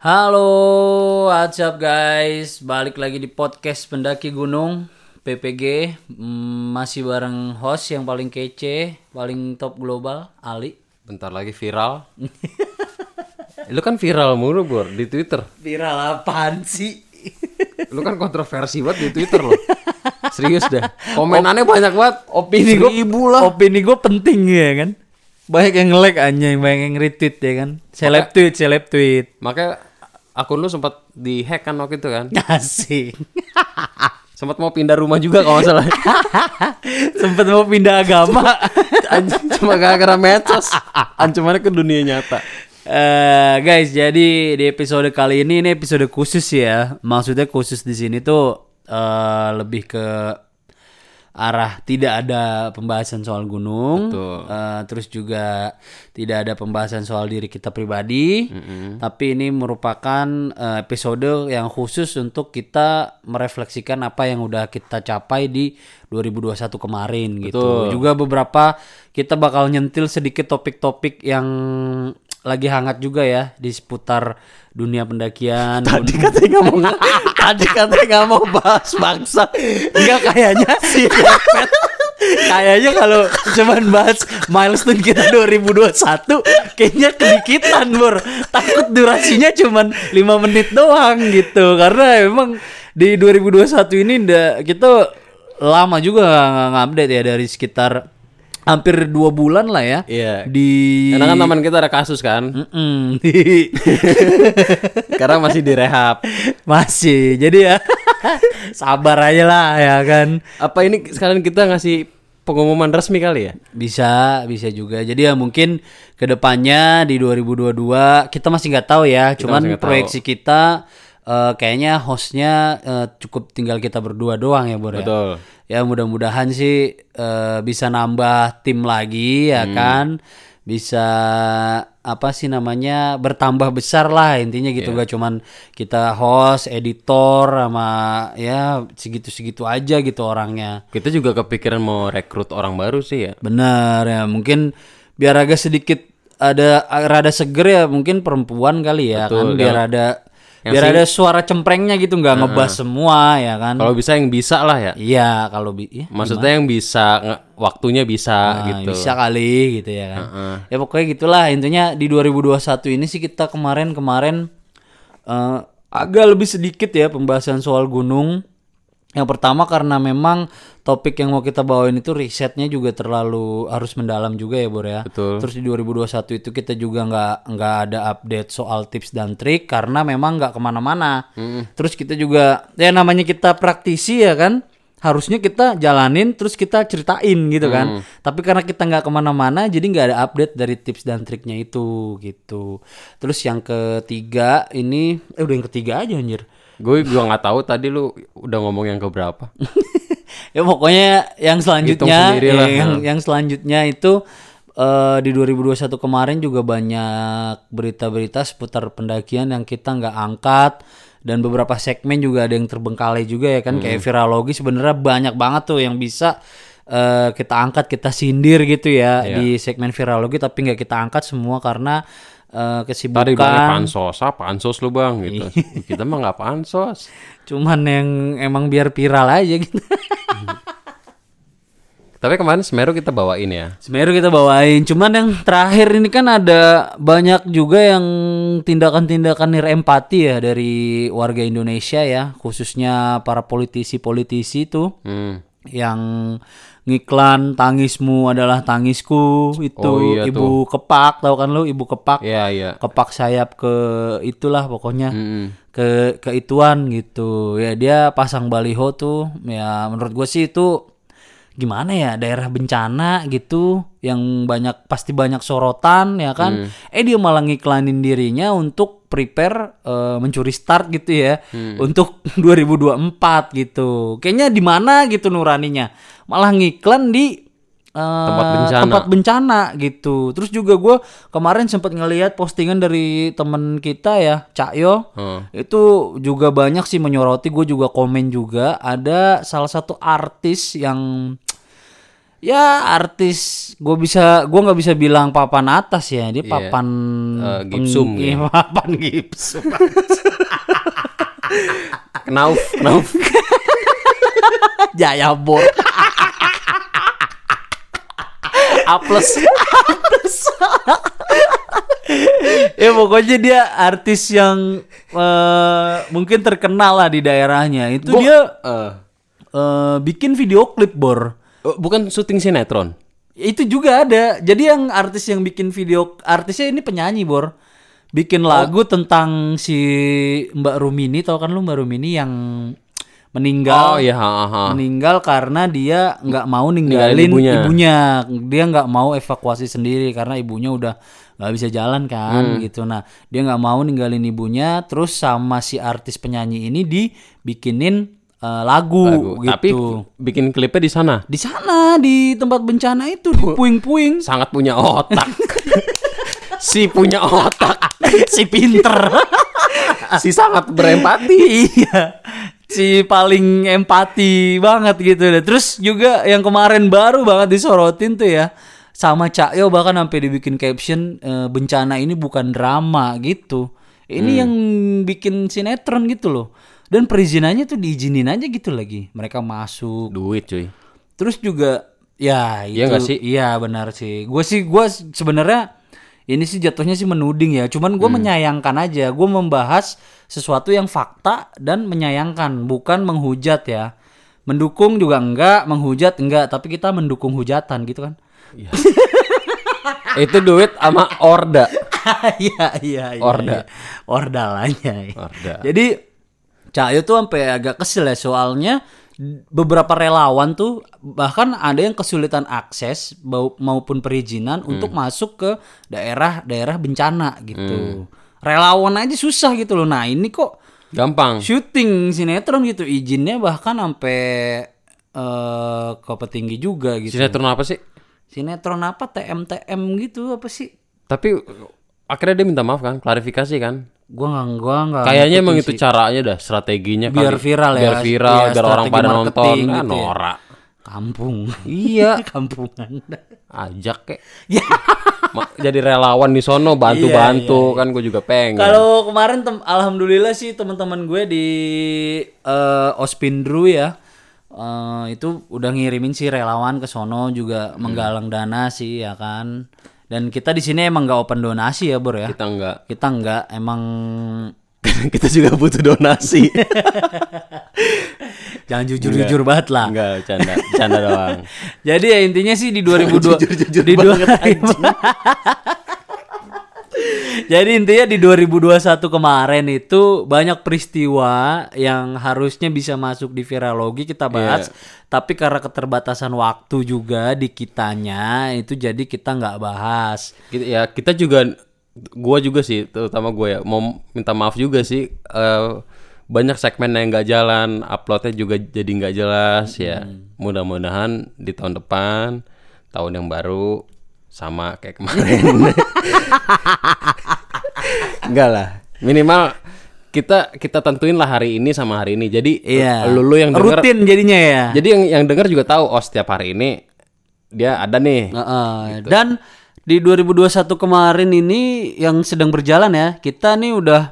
Halo, what's up guys? Balik lagi di podcast Pendaki Gunung PPG. Masih bareng host yang paling kece, paling top global, Ali. Bentar lagi viral. Lu kan viral mulu, Bor, di Twitter. Viral apaan sih? Lu kan kontroversi banget di Twitter loh. Serius dah. Komenannya banyak banget. Opini gue penting ya kan? Banyak yang nge-like anjing, banyak yang retweet ya kan? Seleb tweet. Makanya akun lu sempat di-hack kan waktu itu kan? Asik. Sempat mau pindah rumah juga kalau nggak salah. Sempet mau pindah agama. Anjing, cuma gara-gara medsos. Ancamannya ke dunia nyata. Guys, jadi di episode kali ini episode khusus ya. Maksudnya khusus di sini tuh lebih ke arah tidak ada pembahasan soal gunung, terus juga tidak ada pembahasan soal diri kita pribadi, tapi ini merupakan episode yang khusus untuk kita merefleksikan apa yang udah kita capai di 2021 kemarin gitu. Juga beberapa kita bakal nyentil sedikit topik-topik yang lagi hangat juga ya di seputar dunia pendakian. Tadi katanya nggak mau bahas bangsa. Enggak, kayaknya sih. Kayaknya kalau cuman bahas milestone kita 2021 kayaknya kedikitan, Bor. Takut durasinya cuman 5 menit doang gitu. Karena emang di 2021 ini kita lama juga nggak update ya, dari sekitar hampir 2 bulan lah ya. Iya. Karena kan teman kita ada kasus kan. Sekarang masih direhab. Masih. Jadi ya sabar aja lah ya kan. Apa ini sekalian kita ngasih pengumuman resmi kali ya? Bisa juga. Jadi ya mungkin kedepannya di 2022 kita masih nggak tahu ya. Cuman proyeksi kita kayaknya hostnya cukup tinggal kita berdua doang ya, Bor. Betul. Ya mudah-mudahan sih bisa nambah tim lagi ya kan. Bisa bertambah besar lah intinya gitu. Gak cuman kita host, editor sama ya segitu-segitu aja gitu orangnya. Kita juga kepikiran mau rekrut orang baru sih ya. Benar ya, mungkin biar agak sedikit ada rada seger ya, mungkin perempuan kali ya. Betul, kan biar ada suara cemprengnya gitu, nggak ngebas semua ya kan. Kalau bisa yang bisa lah ya. Iya, kalau maksudnya yang bisa waktunya bisa gitu. Bisa kali gitu ya kan. Ya pokoknya gitulah intinya. Di 2021 ini sih kita kemarin agak lebih sedikit ya pembahasan soal gunung. Yang pertama karena memang topik yang mau kita bawain itu risetnya juga terlalu harus mendalam juga ya, Bor ya. Betul. Terus di 2021 itu kita juga nggak ada update soal tips dan trik karena memang nggak kemana-mana. Terus kita juga ya namanya kita praktisi ya kan, harusnya kita jalanin terus kita ceritain gitu kan. Tapi karena kita nggak kemana-mana jadi nggak ada update dari tips dan triknya itu gitu. Terus yang ketiga ini udah yang ketiga aja anjir. Gue juga nggak tahu tadi lu udah ngomong yang keberapa. Ya pokoknya yang selanjutnya yang selanjutnya itu di 2021 kemarin juga banyak berita-berita seputar pendakian yang kita nggak angkat, dan beberapa segmen juga ada yang terbengkalai juga ya kan. Kayak viralogi sebenarnya banyak banget tuh yang bisa kita angkat, kita sindir gitu ya di segmen viralogi, tapi nggak kita angkat semua karena kesibukan. Tadi bilangnya pansos lu bang gitu. Kita mah nggak pansos. Cuman yang emang biar viral aja gitu. Tapi kemarin Semeru kita bawain ya. Semeru kita bawain. Cuman yang terakhir ini kan ada banyak juga yang tindakan-tindakan nirempati ya dari warga Indonesia ya, khususnya para politisi-politisi tuh. Yang ngiklan tangismu adalah tangisku itu. Ibu Kepak, tahu kan lu Ibu Kepak? Iya. Kepak sayap ke itulah pokoknya. Ke ituan gitu. Ya dia pasang baliho tuh. Ya menurut gue sih itu gimana ya, daerah bencana gitu yang pasti banyak sorotan ya kan. Dia malah ngiklanin dirinya untuk prepare mencuri start gitu ya untuk 2024 gitu. Kayaknya di mana gitu nuraninya, malah ngiklan di tempat bencana gitu. Terus juga gue kemarin sempat ngelihat postingan dari temen kita ya, Cakyo. Itu juga banyak sih menyoroti, gue juga komen juga. Ada salah satu artis yang Ya artis gue nggak bisa bilang papan atas ya, dia papan gipsum ya. Papan gipsum. Knauf. Jayabor. A+. Ya pokoknya dia artis yang mungkin terkenal lah di daerahnya. Itu dia bikin video klip Bor. Bukan syuting sinetron. Itu juga ada. Jadi yang artis yang bikin video, artisnya ini penyanyi Bor. Bikin lagu tentang si Mbak Rumini, tau kan lu Mbak Rumini yang meninggal. Oh iya, meninggal karena dia nggak mau ninggalin ibunya. Dia nggak mau evakuasi sendiri karena ibunya udah nggak bisa jalan kan gitu. Nah dia nggak mau ninggalin ibunya, terus sama si artis penyanyi ini dibikinin lagu gitu. Tapi bikin klipnya di sana. Di sana di tempat bencana itu di puing-puing. Sangat punya otak. Si punya otak, si pinter, si sangat berempati. Iya. Si paling empati banget gitu deh. Terus juga yang kemarin baru banget disorotin tuh ya, sama Cakyo bahkan sampai dibikin caption bencana ini bukan drama gitu. Ini yang bikin sinetron gitu loh. Dan perizinannya tuh diizinin aja gitu lagi. Mereka masuk. Duit cuy. Terus juga ya itu. Iya gak sih? Iya benar sih. Gue sebenarnya ini sih jatuhnya sih menuding ya. Cuman gue menyayangkan aja. Gue membahas sesuatu yang fakta dan menyayangkan, bukan menghujat ya. Mendukung juga enggak, menghujat enggak, tapi kita mendukung hujatan gitu kan. Iya. Itu duit sama Orda. Iya. Orda. Ordalanya. Orda. Jadi Cahyo tuh sampai agak kesel ya, soalnya beberapa relawan tuh bahkan ada yang kesulitan akses maupun perizinan untuk masuk ke daerah bencana gitu. Relawan aja susah gitu loh. Nah ini kok gampang syuting sinetron gitu, izinnya bahkan sampai ke petinggi juga gitu. Sinetron apa sih? Sinetron apa, TM gitu apa sih? Tapi akhirnya dia minta maaf kan, klarifikasi kan. Gua nggak. Kayaknya emang itu caranya dah, strateginya biar kali. Viral ya. Biar viral, ya, biar orang pada nonton. gitu Nah, norak. Ya. Kampung. Iya, kampungan. Ajak kek. Jadi relawan di sono bantu-bantu kan gue juga pengen. Kalau kemarin alhamdulillah sih teman-teman gue di Ospindru ya. Itu udah ngirimin sih relawan ke sono juga menggalang dana sih ya kan. Dan kita di sini emang nggak open donasi ya Bor ya. Kita enggak emang kita juga butuh donasi. Jangan jujur banget lah. Enggak, canda doang. Jadi ya intinya sih di 2002 jujur di banget anjing. Jadi intinya di 2021 kemarin itu banyak peristiwa yang harusnya bisa masuk di viralogi kita bahas, tapi karena keterbatasan waktu juga di kitanya itu jadi kita nggak bahas. Ya kita juga, gue juga sih, terutama gue ya mau minta maaf juga sih. Banyak segmen yang nggak jalan, uploadnya juga jadi nggak jelas ya. Mudah-mudahan di tahun depan, tahun yang baru sama kayak kemarin. Enggak lah, minimal kita tentuin lah hari ini sama hari ini. Jadi lu yang denger, rutin jadinya ya. Jadi yang denger juga tahu, oh setiap hari ini dia ada nih. Gitu. Dan di 2021 kemarin ini yang sedang berjalan ya, kita nih udah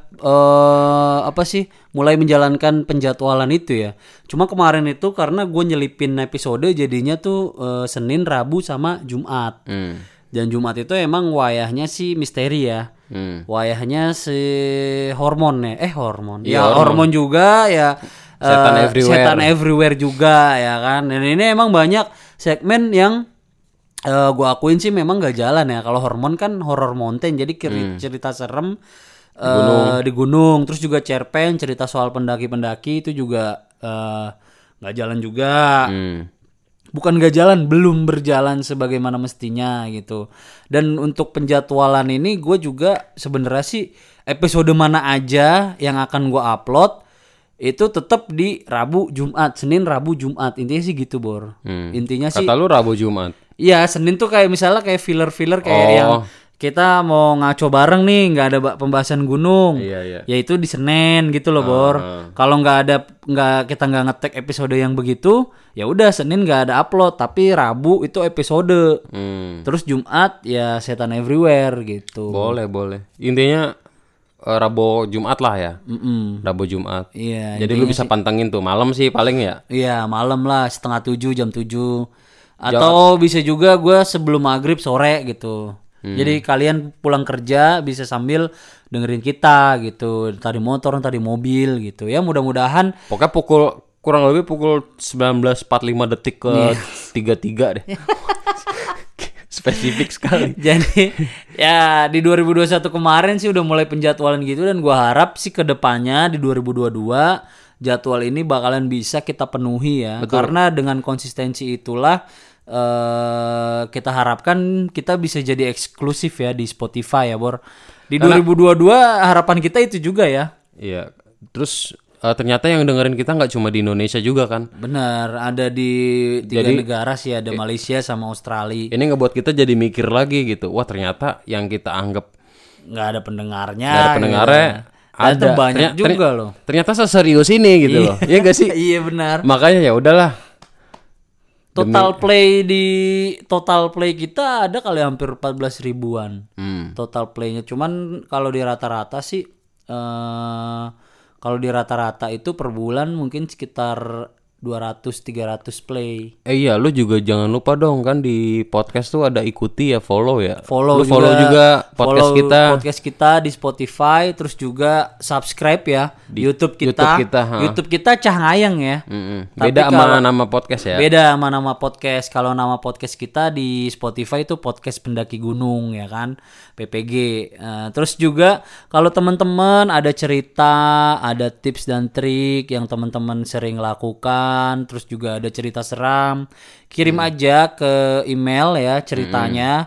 mulai menjalankan penjadwalan itu ya. Cuma kemarin itu karena gue nyelipin episode jadinya tuh Senin, Rabu sama Jumat. Dan Jumat itu emang wayahnya si misteri ya. Wayahnya si hormon ya. Hormon. Ya hormon juga ya. Setan everywhere juga ya kan. Dan ini emang banyak segmen yang gue akuin sih memang gak jalan ya. Kalau hormon kan horror mountain, jadi cerita serem di gunung. Terus juga cerpen, cerita soal pendaki-pendaki itu juga gak jalan juga. Bukan gak jalan, belum berjalan sebagaimana mestinya gitu. Dan untuk penjadwalan ini gue juga sebenarnya sih episode mana aja yang akan gue upload itu tetap di Rabu, Jumat, Senin, Rabu, Jumat. Intinya sih gitu Bor. Intinya sih. Kata lu Rabu, Jumat. Iya, Senin tuh kayak misalnya kayak filler kayak yang kita mau ngaco bareng nih, nggak ada pembahasan gunung, Iya. yaitu di Senin gitu loh Bor. Kalau kita nggak ngetek episode yang begitu, ya udah Senin nggak ada upload, tapi Rabu itu episode. Terus Jumat ya Setan Everywhere gitu. Boleh. Intinya Rabu Jumat lah ya. Rabu Jumat. Iya. Jadi lu bisa pantengin tuh malam sih paling ya. Iya malam lah, 6:30 jam 7. Atau bisa juga gue sebelum maghrib sore gitu. Jadi kalian pulang kerja bisa sambil dengerin kita gitu. Tadi motor, tadi mobil gitu. Ya mudah-mudahan. Pokoknya kurang lebih pukul 19.45 detik ke 33 deh. Spesifik sekali. Jadi ya di 2021 kemarin sih udah mulai penjadwalan gitu. Dan gue harap sih ke depannya di 2022 jadwal ini bakalan bisa kita penuhi ya. Betul. Karena dengan konsistensi itulah kita harapkan kita bisa jadi eksklusif ya di Spotify ya Bor. Di 2022 harapan kita itu juga ya. Iya. Terus ternyata yang dengerin kita nggak cuma di Indonesia juga kan. Benar, ada di 3 negara sih, ada Malaysia sama Australia. Ini ngebuat kita jadi mikir lagi gitu. Wah ternyata yang kita anggap nggak ada pendengarnya. nggak ada pendengarnya. Ada banyak juga loh. Ternyata seserius ini gitu loh. Iya nggak sih? Iya benar. Makanya ya udahlah. Total play kita ada kali hampir 14 ribuan. Total playnya. Cuman kalau di rata-rata sih kalau di rata-rata itu per bulan mungkin sekitar 200-300 play. Iya, lu juga jangan lupa dong kan di podcast tuh ada ikuti ya, follow ya. Follow juga podcast kita di Spotify, terus juga subscribe ya di YouTube kita. YouTube kita Cah Ngayeng ya. Beda sama nama podcast ya. Beda sama nama podcast. Kalau nama podcast kita di Spotify itu Podcast Pendaki Gunung ya kan, PPG. Terus juga kalau teman-teman ada cerita, ada tips dan trik yang teman-teman sering lakukan, terus juga ada cerita seram, kirim aja ke email ya ceritanya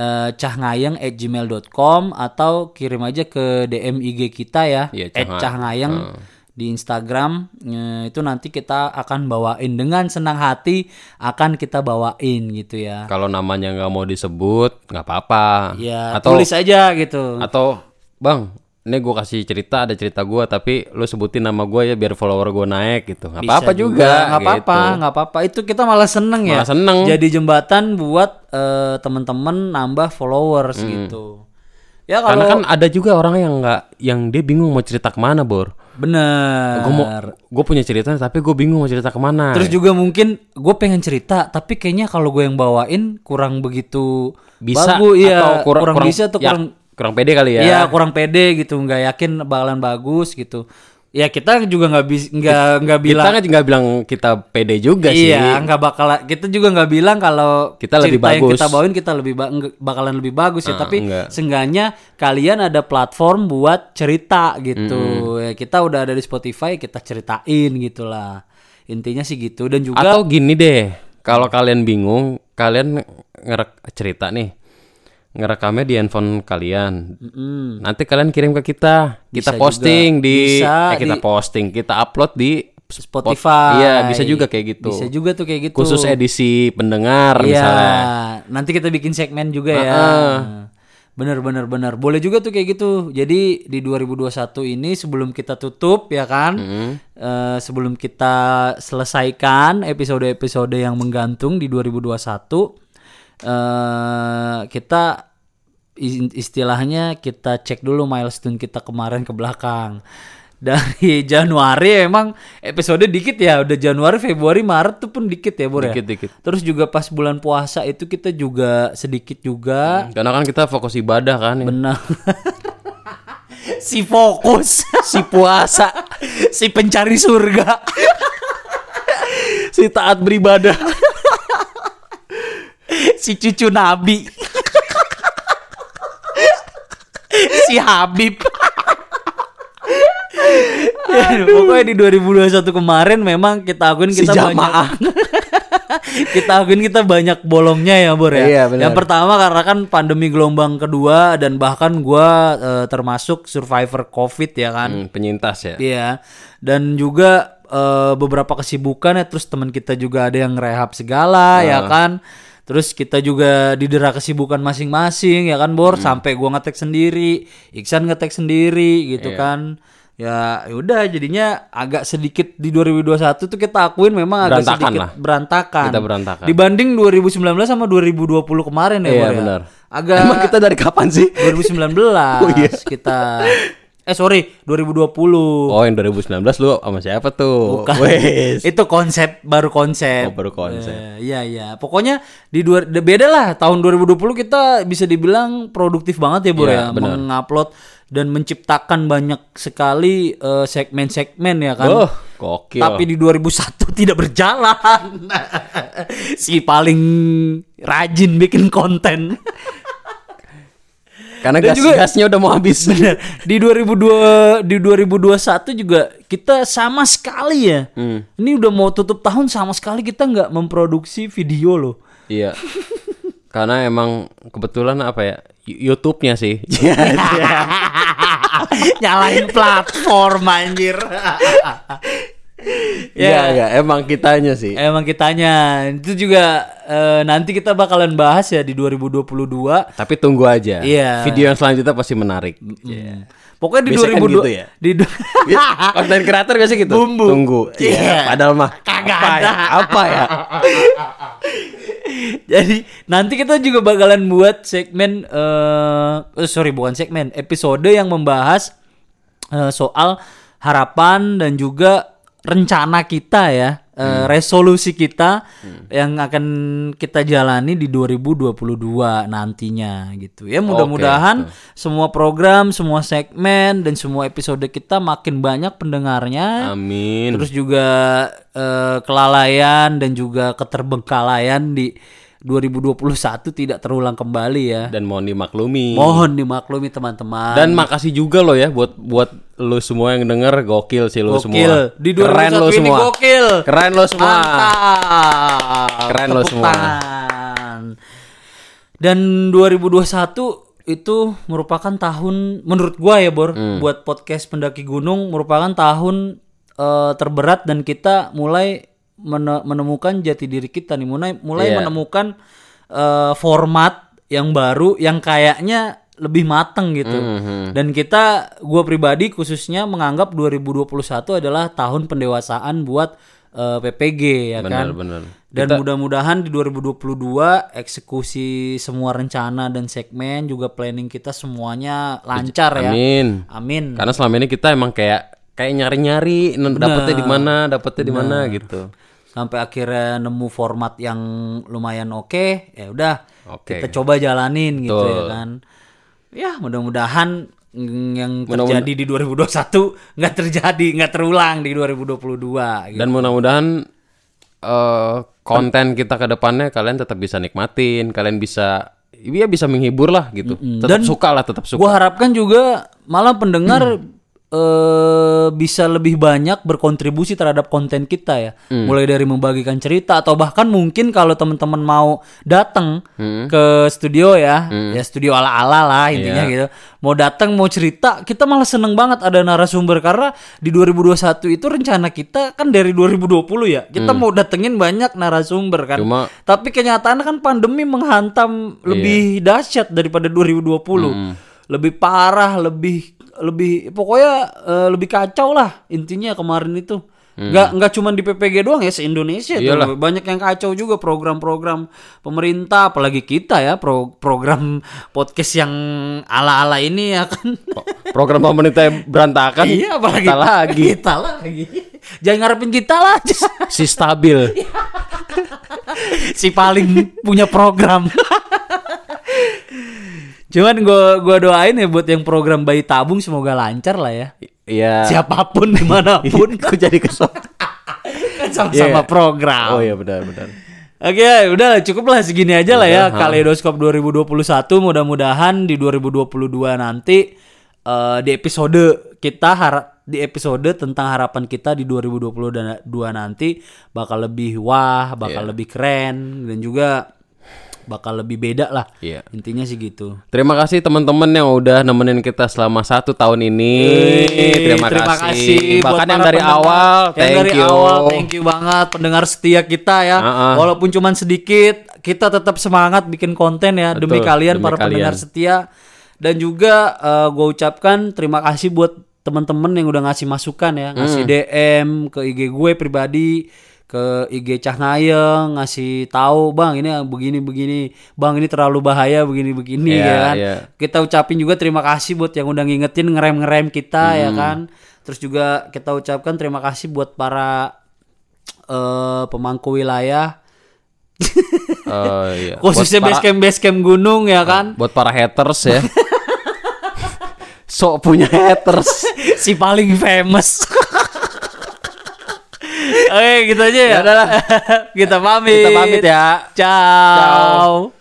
cahngayeng@gmail.com atau kirim aja ke DM IG kita ya @cahngayeng di Instagram. Itu nanti kita akan bawain dengan senang hati, akan kita bawain gitu ya. Kalau namanya nggak mau disebut nggak apa-apa ya, atau tulis aja gitu, atau bang ini gue kasih cerita, ada cerita gue tapi lu sebutin nama gue ya biar follower gue naik gitu. Nggak apa-apa juga. Nggak apa-apa. Itu kita malah seneng ya. Jadi jembatan buat teman-teman nambah followers gitu. Ya karena kan ada juga orang yang dia bingung mau cerita kemana Bor. Bener. Gue punya cerita tapi gue bingung mau cerita kemana. Terus juga mungkin gue pengen cerita tapi kayaknya kalau gue yang bawain kurang begitu bisa bagus, atau kurang bisa atau kurang pede kali ya. Iya kurang pede gitu, nggak yakin bakalan bagus gitu. Ya kita juga nggak bilang. Kita nggak bilang kita pede juga sih. Iya nggak bakal. Kita juga nggak bilang kalau kita lebih bagus. Yang kita bawain kita bakalan lebih bagus ya. Tapi seenggaknya kalian ada platform buat cerita gitu. Ya, kita udah ada di Spotify, kita ceritain gitulah. Intinya sih gitu. Dan juga atau gini deh, kalau kalian bingung, kalian cerita nih. Ngerekamnya di handphone kalian. Nanti kalian kirim ke kita. Kita bisa posting kita upload di Spotify. Iya, bisa juga kayak gitu. Bisa juga tuh kayak gitu. Khusus edisi pendengar misalnya. Nanti kita bikin segmen juga ya. Bener. Boleh juga tuh kayak gitu. Jadi di 2021 ini sebelum kita tutup ya kan. Sebelum kita selesaikan episode-episode yang menggantung di 2021, kita istilahnya kita cek dulu milestone kita kemarin ke belakang. Dari Januari emang episode dikit ya, udah Januari, Februari, Maret tuh pun dikit ya Bor ya. Dikit. Terus juga pas bulan puasa itu kita juga sedikit juga. Karena kan kita fokus ibadah kan. Benar. Si fokus, si puasa, si pencari surga, si taat beribadah, si cucu Nabi, si Habib. Ya, pokoknya di 2021 kemarin memang kita akuin kita si banyak kita banyak bolongnya ya Bor ya. Iya, bener. Yang pertama karena kan pandemi gelombang kedua dan bahkan gua termasuk survivor COVID ya kan. Penyintas ya. Iya. Dan juga beberapa kesibukan ya, terus teman kita juga ada yang rehab segala ya kan. Terus kita juga didera kesibukan masing-masing ya kan Bor, sampai gua ngetek sendiri, Iksan ngetek sendiri gitu kan. Ya udah jadinya agak sedikit di 2021 tuh kita akuin memang agak Berantakan sedikit lah. berantakan. Kita berantakan. Dibanding 2019 sama 2020 kemarin ya Iya, Bor ya. benar. Agak Emang kita dari kapan sih? 2019 Oh, iya. kita 2020. Oh, yang 2019 lu sama siapa tuh? Bukan. Wes. Itu baru konsep. Oh, baru konsep. Iya. Pokoknya beda lah tahun 2020 kita bisa dibilang produktif banget ya Bro Iya, ya, benar. mengupload dan menciptakan banyak sekali segmen-segmen ya kan. Oh, gokil. Tapi di 2001 tidak berjalan. Si paling rajin bikin konten. Karena Dan juga- gasnya udah mau habis. Bener. Di 2021 juga kita sama sekali ya. Ini udah mau tutup tahun sama sekali kita nggak memproduksi video loh. Iya. Karena emang kebetulan apa ya? YouTube-nya sih. Nyalain platform anjir. Iya, emang kitanya sih. Emang kitanya. Itu juga nanti kita bakalan bahas ya di 2022. Tapi tunggu aja. Iya. Video yang selanjutnya pasti menarik. Pokoknya di Biasanya kan 2022 gitu ya? di Konten kreator biasa gitu. Bumbu. Tunggu. Iya. Padahal mah Kagak apa ada. ya? Apa ya? Jadi nanti kita juga bakalan buat segmen bukan segmen, episode yang membahas soal harapan dan juga rencana kita ya, resolusi kita yang akan kita jalani di 2022 nantinya gitu. Ya mudah-mudahan semua program, semua segmen dan semua episode kita makin banyak pendengarnya. Amin. Terus juga kelalaian dan juga keterbengkalaian di 2021 tidak terulang kembali ya. Dan mohon dimaklumi. Mohon dimaklumi teman-teman. Dan makasih juga lo ya buat lu semua yang denger, gokil sih lu semua. Di Keren 2021 lo ini semua. gokil. Keren lo semua. Mantap. Keren lo Tepuk semua. tangan. Dan 2021 itu merupakan tahun menurut gua ya Bor, buat podcast Pendaki Gunung merupakan tahun terberat dan kita mulai menemukan jati diri kita nih, mulai Iya. menemukan format yang baru yang kayaknya lebih mateng gitu. Dan gua pribadi khususnya menganggap 2021 adalah tahun pendewasaan buat PPG ya kan. Benar. Dan mudah-mudahan di 2022 eksekusi semua rencana dan segmen juga planning kita semuanya lancar ya. Amin. Karena selama ini kita emang kayak nyari-nyari dapetnya di mana gitu. Sampai akhirnya nemu format yang lumayan oke, ya udah Oke. kita coba jalanin gitu Betul. ya kan. Ya mudah-mudahan yang terjadi di 2021 nggak terulang di 2022 gitu. Dan mudah-mudahan konten kita ke depannya kalian tetap bisa nikmatin, kalian bisa menghibur lah gitu. Tetap suka. Gua harapkan juga malah pendengar bisa lebih banyak berkontribusi terhadap konten kita ya. Mulai dari membagikan cerita atau bahkan mungkin kalau teman-teman mau datang ke studio ya studio ala-ala lah intinya gitu. Mau datang mau cerita, kita malah seneng banget ada narasumber karena di 2021 itu rencana kita kan dari 2020 ya. Kita mau datengin banyak narasumber kan. Tapi kenyataannya kan pandemi menghantam lebih dahsyat daripada 2020. Lebih parah, lebih pokoknya lebih kacau lah intinya kemarin itu. Nggak cuma di PPG doang ya, se-Indonesia tuh banyak yang kacau juga program-program pemerintah, apalagi kita ya program podcast yang ala-ala ini ya kan. Program pemerintah berantakan. Iya, apalagi kita lagi. Jangan ngarepin kita lah. Si stabil. Si paling punya program. Cuman gue doain ya buat yang program bayi tabung semoga lancar lah ya. Iya. Siapapun dimanapun. Aku jadi kesel. Kan sama-sama program. Oh iya benar. Oke, udah cukup lah segini aja lah ya. Kaleidoskop 2021 mudah-mudahan di 2022 nanti di episode kita di episode tentang harapan kita di 2022 nanti bakal lebih bakal lebih keren dan juga bakal lebih beda lah. Intinya sih gitu. Terima kasih teman-teman yang udah nemenin kita selama 1 tahun ini. Terima kasih. Bahkan yang dari awal, thank you banget pendengar setia kita ya. Walaupun cuman sedikit, kita tetap semangat bikin konten ya. Betul, Demi kalian demi para pendengar kalian. setia. Dan juga gue ucapkan terima kasih buat teman-teman yang udah ngasih masukan ya, ngasih DM ke IG gue pribadi, ke IG Cah Ngayeng, ngasih tahu bang ini begini, bang ini terlalu bahaya begini Iya, ya kan. iya. Kita ucapin juga terima kasih buat yang udah ngingetin ngerem kita ya kan. Terus juga kita ucapkan terima kasih buat para pemangku wilayah. Iya. Khususnya basecamp gunung ya kan. Buat para haters ya. Sok punya haters. Si paling famous. Oke gitu aja ya. Ya udahlah. Kita pamit. Kita pamit ya. Ciao.